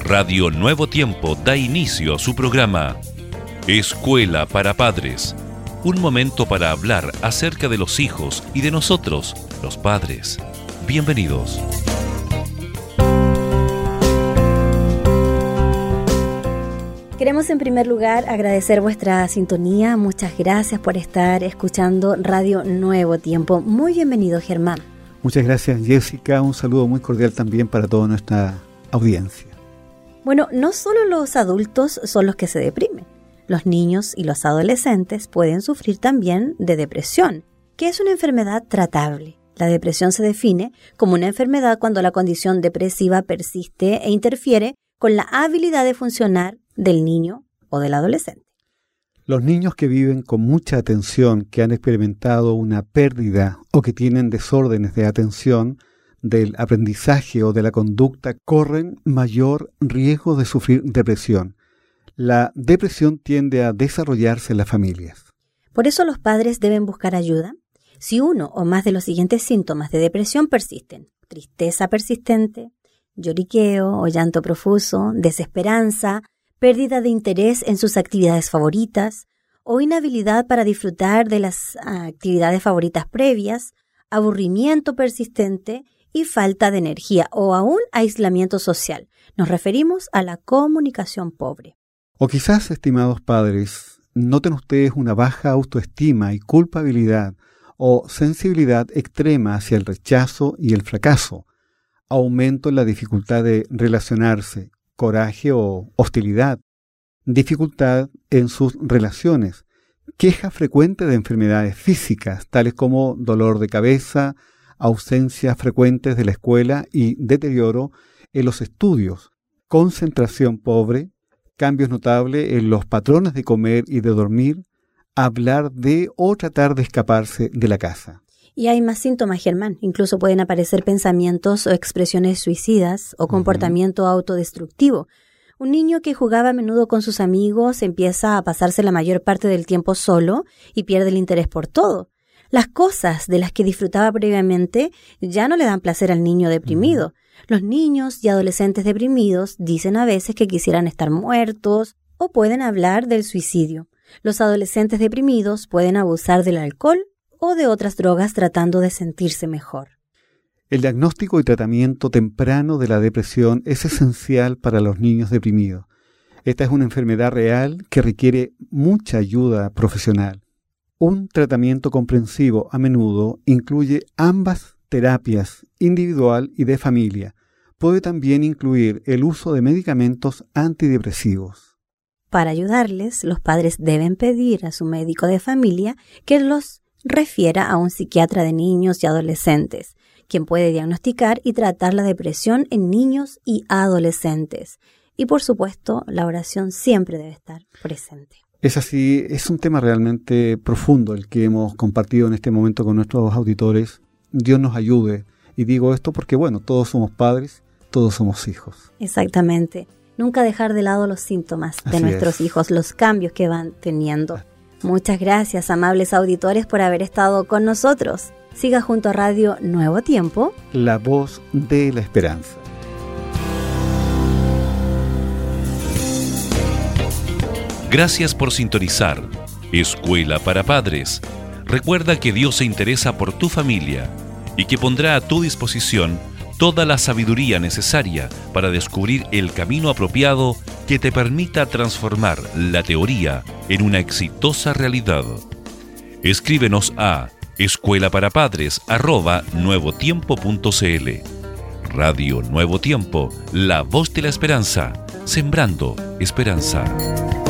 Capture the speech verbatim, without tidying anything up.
Radio Nuevo Tiempo da inicio a su programa Escuela para Padres. Un momento para hablar acerca de los hijos y de nosotros, los padres. Bienvenidos. Queremos en primer lugar agradecer vuestra sintonía. Muchas gracias por estar escuchando Radio Nuevo Tiempo. Muy bienvenido, Germán. Muchas gracias, Jessica. Un saludo muy cordial también para toda nuestra audiencia. Bueno, no solo los adultos son los que se deprimen. Los niños y los adolescentes pueden sufrir también de depresión, que es una enfermedad tratable. La depresión se define como una enfermedad cuando la condición depresiva persiste e interfiere con la habilidad de funcionar del niño o del adolescente. Los niños que viven con mucha atención, que han experimentado una pérdida o que tienen desórdenes de atención, del aprendizaje o de la conducta, corren mayor riesgo de sufrir depresión. La depresión tiende a desarrollarse en las familias. Por eso los padres deben buscar ayuda. Si uno o más de los siguientes síntomas de depresión persisten: tristeza persistente, lloriqueo o llanto profuso, desesperanza, pérdida de interés en sus actividades favoritas o inhabilidad para disfrutar de las actividades favoritas previas, aburrimiento persistente y falta de energía o aún aislamiento social. Nos referimos a la comunicación pobre. O quizás, estimados padres, noten ustedes una baja autoestima y culpabilidad o sensibilidad extrema hacia el rechazo y el fracaso, aumento en la dificultad de relacionarse, coraje o hostilidad, dificultad en sus relaciones, queja frecuente de enfermedades físicas, tales como dolor de cabeza, ausencias frecuentes de la escuela y deterioro en los estudios, concentración pobre, cambios notables en los patrones de comer y de dormir, hablar de o tratar de escaparse de la casa. Y hay más síntomas, Germán. Incluso pueden aparecer pensamientos o expresiones suicidas o comportamiento uh-huh. autodestructivo. Un niño que jugaba a menudo con sus amigos empieza a pasarse la mayor parte del tiempo solo y pierde el interés por todo. Las cosas de las que disfrutaba previamente ya no le dan placer al niño deprimido. Uh-huh. Los niños y adolescentes deprimidos dicen a veces que quisieran estar muertos o pueden hablar del suicidio. Los adolescentes deprimidos pueden abusar del alcohol o de otras drogas tratando de sentirse mejor. El diagnóstico y tratamiento temprano de la depresión es esencial para los niños deprimidos. Esta es una enfermedad real que requiere mucha ayuda profesional. Un tratamiento comprensivo a menudo incluye ambas terapias, individual y de familia. Puede también incluir el uso de medicamentos antidepresivos. Para ayudarles, los padres deben pedir a su médico de familia que los refiera a un psiquiatra de niños y adolescentes, quien puede diagnosticar y tratar la depresión en niños y adolescentes. Y por supuesto, la oración siempre debe estar presente. Es así, es un tema realmente profundo el que hemos compartido en este momento con nuestros auditores. Dios nos ayude. Y digo esto porque, bueno, todos somos padres, todos somos hijos. Exactamente. Nunca dejar de lado los síntomas de Así nuestros es. hijos, los cambios que van teniendo. Muchas gracias, amables auditores, por haber estado con nosotros. Siga junto a Radio Nuevo Tiempo, la voz de la esperanza. Gracias por sintonizar Escuela para Padres. Recuerda que Dios se interesa por tu familia y que pondrá a tu disposición toda la sabiduría necesaria para descubrir el camino apropiado que te permita transformar la teoría en una exitosa realidad. Escríbenos a escuelaparapadres arroba nuevotiempo punto cl. Radio Nuevo Tiempo, la voz de la esperanza, sembrando esperanza.